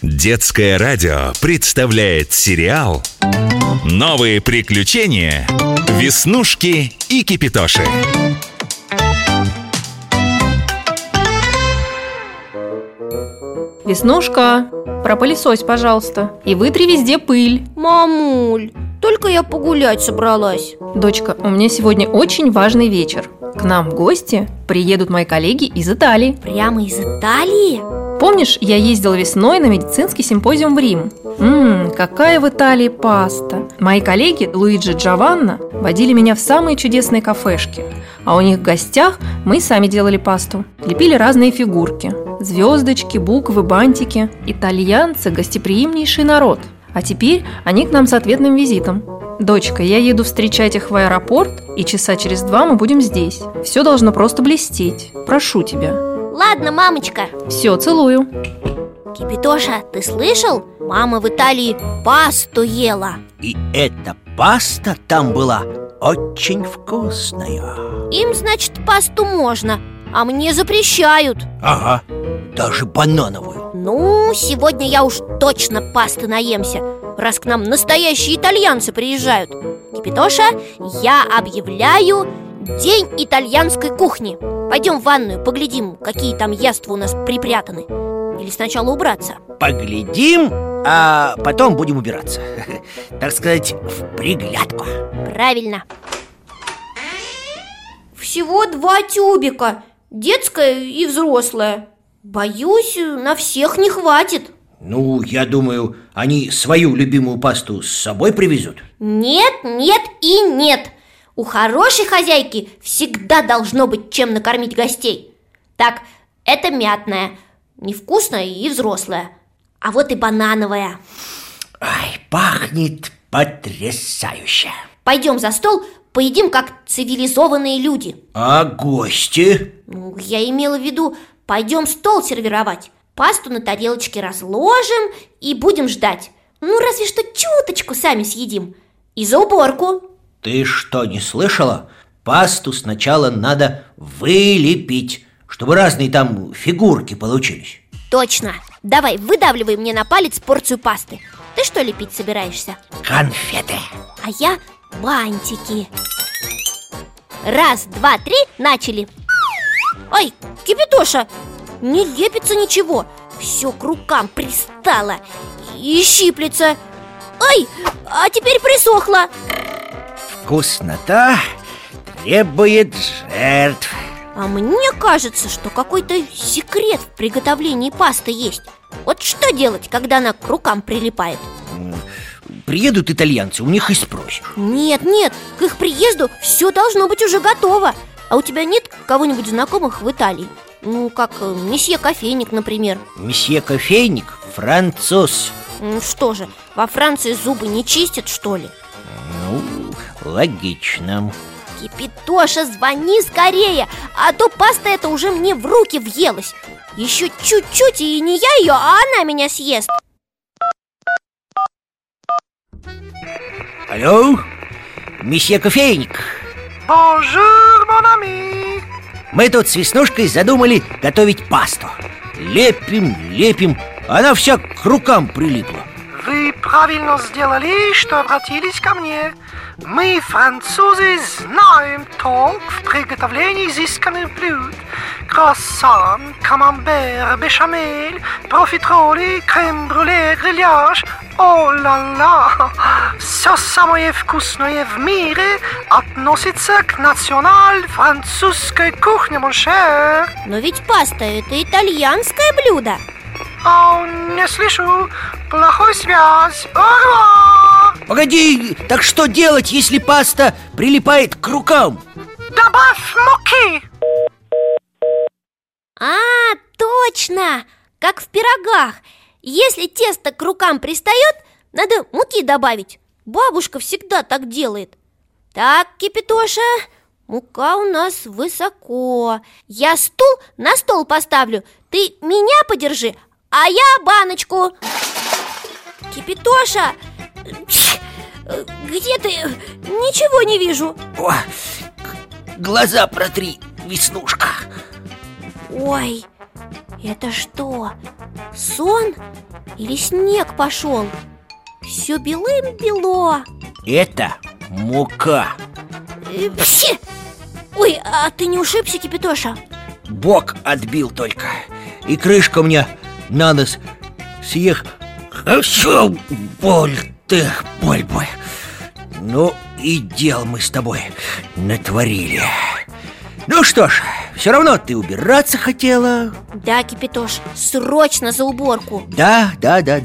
Детское радио представляет сериал «Новые приключения. Веснушки и Кипитоши». Веснушка, пропылесось, пожалуйста, и вытри везде пыль. Мамуль, только я погулять собралась. Дочка, у меня сегодня очень важный вечер. К нам в гости приедут мои коллеги из Италии. Прямо из Италии? Помнишь, я ездила весной на медицинский симпозиум в Рим? Какая в Италии паста! Мои коллеги Луиджи и Джованна водили меня в самые чудесные кафешки. А у них в гостях мы сами делали пасту. Лепили разные фигурки. Звездочки, буквы, бантики. Итальянцы – гостеприимнейший народ. А теперь они к нам с ответным визитом. Дочка, я еду встречать их в аэропорт, и часа через 2 мы будем здесь. Все должно просто блестеть. Прошу тебя. Ладно, мамочка. Все, целую. Кипитоша, ты слышал? Мама в Италии пасту ела. И эта паста там была очень вкусная. Им, значит, пасту можно, а мне запрещают. Ага, даже банановую. Ну, сегодня я уж точно пасты наемся, раз к нам настоящие итальянцы приезжают. Кипитоша, я объявляю День итальянской кухни. Пойдем в ванную, поглядим, какие там яства у нас припрятаны. Или сначала убраться? Поглядим, а потом будем убираться. Так сказать, в приглядку. Правильно. Всего 2 тюбика, детское и взрослое. Боюсь, на всех не хватит. Ну, я думаю, они свою любимую пасту с собой привезут. Нет, нет и нет. У хорошей хозяйки всегда должно быть чем накормить гостей. Так, это мятная, невкусная и взрослая. А вот и банановая. Ай, пахнет потрясающе. Пойдем за стол, поедим как цивилизованные люди. А гости? Ну, я имела в виду, пойдем стол сервировать. Пасту на тарелочке разложим и будем ждать. Ну, разве что чуточку сами съедим. И за уборку. Ты что, не слышала? Пасту сначала надо вылепить, чтобы разные там фигурки получились. Точно. Давай, выдавливай мне на палец порцию пасты. Ты что лепить собираешься? Конфеты. А я бантики. 1, 2, 3, начали. Ой, Кипитоша, не лепится ничего. Все к рукам пристало и щиплется. Ой, а теперь присохло. Вкуснота требует жертв. А мне кажется, что какой-то секрет в приготовлении пасты есть. Вот что делать, когда она к рукам прилипает? Приедут итальянцы, у них и спросишь. Нет, к их приезду все должно быть уже готово. А у тебя нет кого-нибудь знакомых в Италии? Ну, как месье Кофейник, например. Месье Кофейник француз. Что же, во Франции зубы не чистят, что ли? Ну, логично. Кипитоша, звони скорее, а то паста эта уже мне в руки въелась. Еще чуть-чуть, и не я ее, а она меня съест. Алло, месье Кофейник. Bonjour, mon ami. Мы тут с Веснушкой задумали готовить пасту. Лепим, она вся к рукам прилипла. Вы правильно сделали, что обратились ко мне. Мы, французы, знаем толк в приготовлении изысканных блюд. Круассан, камамбер, бешамель, профитроли, крем-брюле, грильяж. О-ла-ла! Все самое вкусное в мире относится к национальной французской кухне, mon cher. Но ведь паста – это итальянское блюдо. О, не слышу. Плохой связь. Au revoir. Погоди, так что делать, если паста прилипает к рукам? Добавь муки. А, точно! Как в пирогах. Если тесто к рукам пристает, надо муки добавить. Бабушка всегда так делает. Так, Кипитоша, мука у нас высоко. Я стул на стол поставлю. Ты меня подержи, а я баночку. Кипитоша, где ты? Ничего не вижу. О, глаза протри, Веснушка. Ой, это что, сон Или снег пошел? Все белым-бело. Это мука. Пси! Ой, а ты не ушибся, Кипитоша? Бок отбил только. И крышка у меня на нос съехала. Боль ты, боль. Ну и дел мы с тобой натворили. Ну что ж, все равно ты убираться хотела. Да, Кипитош, срочно за уборку. Да.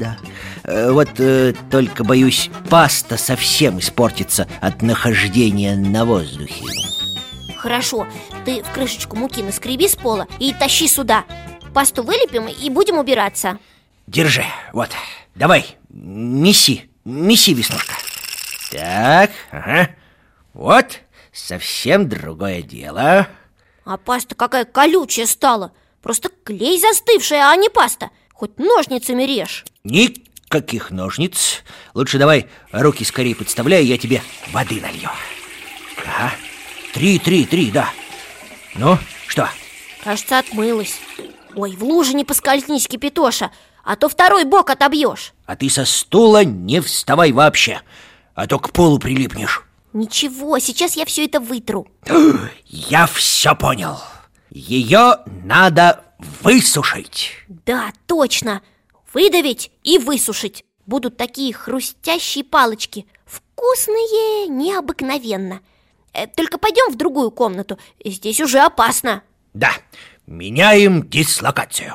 Вот только, боюсь, паста совсем испортится от нахождения на воздухе. Хорошо, ты в крышечку муки наскреби с пола и тащи сюда. Пасту вылепим и будем убираться. Держи, вот, давай, меси, Веснушка. Так, ага. Вот, совсем другое дело. А паста какая колючая стала. Просто клей застывший, а не паста. Хоть ножницами режь. Никаких ножниц. Лучше давай руки скорее подставляй, я тебе воды налью. Ага, 3, да. Ну, что? Кажется, отмылась. Ой, в луже не поскользнись, Кипитоша, а то второй бок отобьешь. А ты со стула не вставай вообще, а то к полу прилипнешь. Ничего, сейчас я все это вытру. Я все понял. Ее надо высушить. Да, точно. Выдавить и высушить. Будут такие хрустящие палочки. Вкусные необыкновенно. Только пойдем в другую комнату. Здесь уже опасно. Да, меняем дислокацию.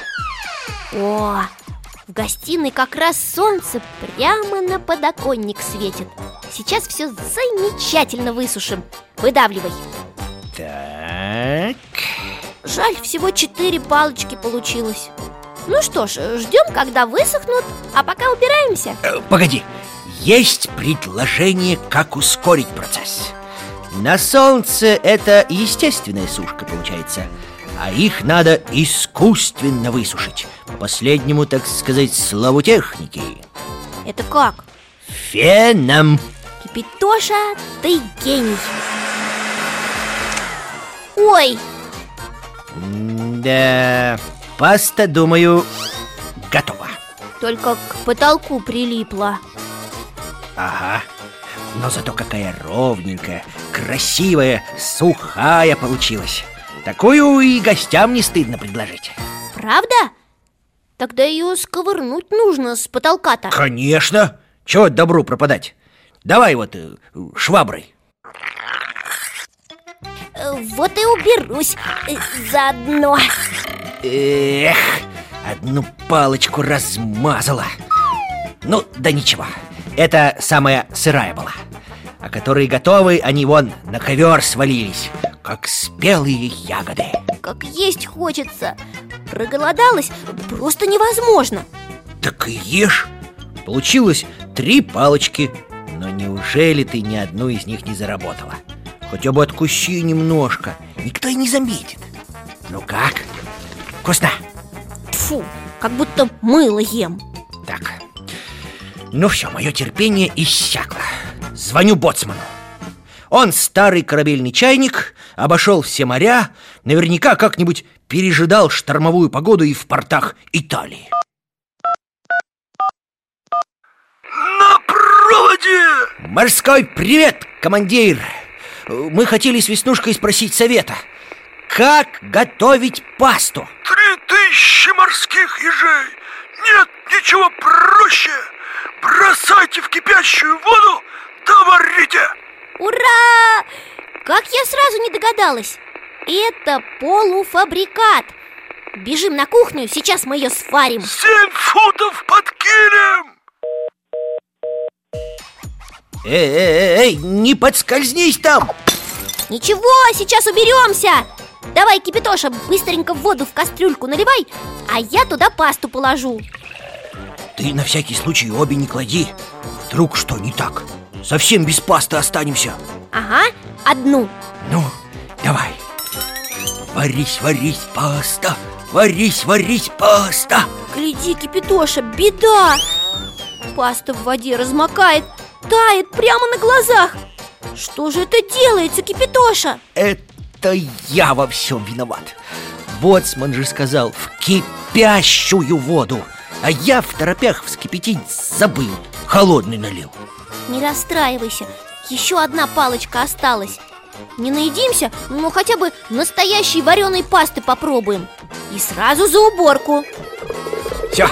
О, в гостиной как раз солнце прямо на подоконник светит. Сейчас все замечательно высушим. Выдавливай. Так. Жаль, всего 4 палочки получилось. Ну что ж, ждем, когда высохнут, а пока убираемся. Погоди, есть предложение, как ускорить процесс. На солнце это естественная сушка получается, а их надо искусственно высушить. По последнему, так сказать, слову техники. Это как? Феном. Кипитоша, ты гений. Ой! Да, паста, думаю, готова. Только к потолку прилипла. Ага, но зато какая ровненькая, красивая, сухая получилась. Такую и гостям не стыдно предложить. Правда? Тогда ее сковырнуть нужно с потолка-то. Конечно, чего добру пропадать. Давай вот шваброй. Вот и уберусь заодно. Эх, одну палочку размазала. Ну, да ничего, это самая сырая была. А которые готовы, они вон на ковер свалились, как спелые ягоды. Как есть хочется. Проголодалась просто невозможно. Так и ешь. Получилось 3 палочки. Но неужели ты ни одну из них не заработала? Хотя бы откуси немножко, никто и не заметит. Ну как? Вкусно? Тьфу, как будто мыло ем. Так, ну все, мое терпение иссякло. Звоню боцману. Он старый корабельный чайник, обошел все моря, наверняка как-нибудь пережидал штормовую погоду и в портах Италии. На проводе! Морской привет, командир! Мы хотели с Веснушкой спросить совета. Как готовить пасту? 3000 морских ежей! Нет ничего проще! Бросайте в кипящую воду, да варите! Ура! Как я сразу не догадалась. Это полуфабрикат. Бежим на кухню, сейчас мы ее сварим. 7 футов подкинем! Эй, не подскользнись там! Ничего, сейчас уберемся. Давай, Кипитоша, быстренько воду в кастрюльку наливай, а я туда пасту положу. Ты на всякий случай обе не клади. Вдруг что не так? Совсем без пасты останемся. Ага, одну. Ну, давай. Варись, паста. Варись, паста. Гляди, Кипитоша, беда. Паста в воде размокает, тает прямо на глазах. Что же это делается, Кипитоша? Это я во всем виноват. Боцман же сказал, в кипящую воду. А я в торопях вскипятить забыл, холодный налил. Не расстраивайся, еще одна палочка осталась. Не наедимся, но хотя бы настоящей вареной пасты попробуем. И сразу за уборку. Все,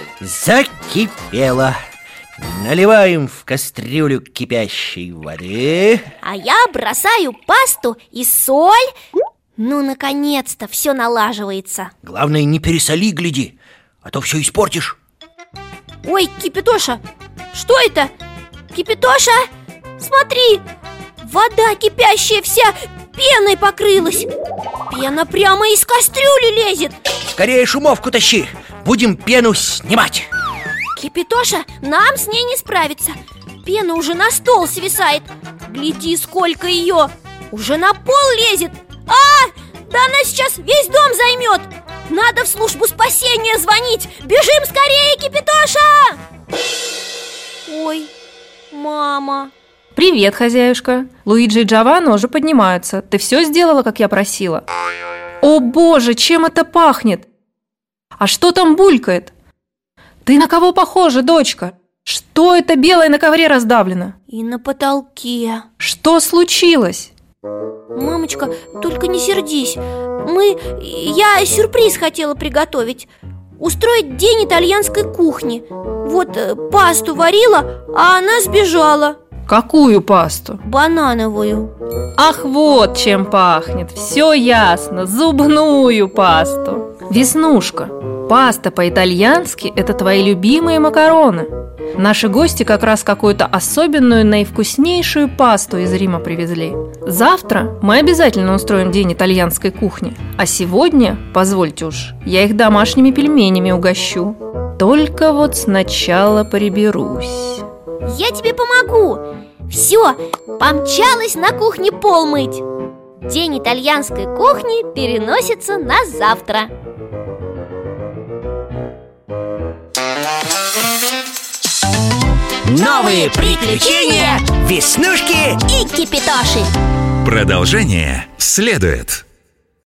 закипело. Наливаем в кастрюлю кипящей воды. А я бросаю пасту и соль. Ну, наконец-то все налаживается. Главное, не пересоли, гляди, а то все испортишь. Ой, Кипитоша, что это? Кипитоша, смотри, вода кипящая вся пеной покрылась. Пена прямо из кастрюли лезет. Скорее шумовку тащи, будем пену снимать. Кипитоша, нам с ней не справиться. Пена уже на стол свисает. Гляди, сколько ее. Уже на пол лезет. Да она сейчас весь дом займет. Надо в службу спасения звонить. Бежим скорее, Кипитоша! Ой, мама. Привет, хозяюшка. Луиджи и Джованна уже поднимаются. Ты все сделала, как я просила? О боже, чем это пахнет? А что там булькает? Ты на кого похожа, дочка? Что это белое на ковре раздавлено? И на потолке. Что случилось? Мамочка, только не сердись. Я сюрприз хотела приготовить. Устроить день итальянской кухни. Вот пасту варила, а она сбежала. Какую пасту? Банановую. Ах, вот чем пахнет. Все ясно, зубную пасту. Веснушка, паста по-итальянски – это твои любимые макароны. Наши гости как раз какую-то особенную, наивкуснейшую пасту из Рима привезли. Завтра мы обязательно устроим день итальянской кухни. А сегодня, позвольте уж, я их домашними пельменями угощу. Только вот сначала приберусь. Я тебе помогу. Все, помчалась на кухне пол мыть. День итальянской кухни переносится на завтра. Новые приключения Веснушки и Кипитоши. Продолжение следует.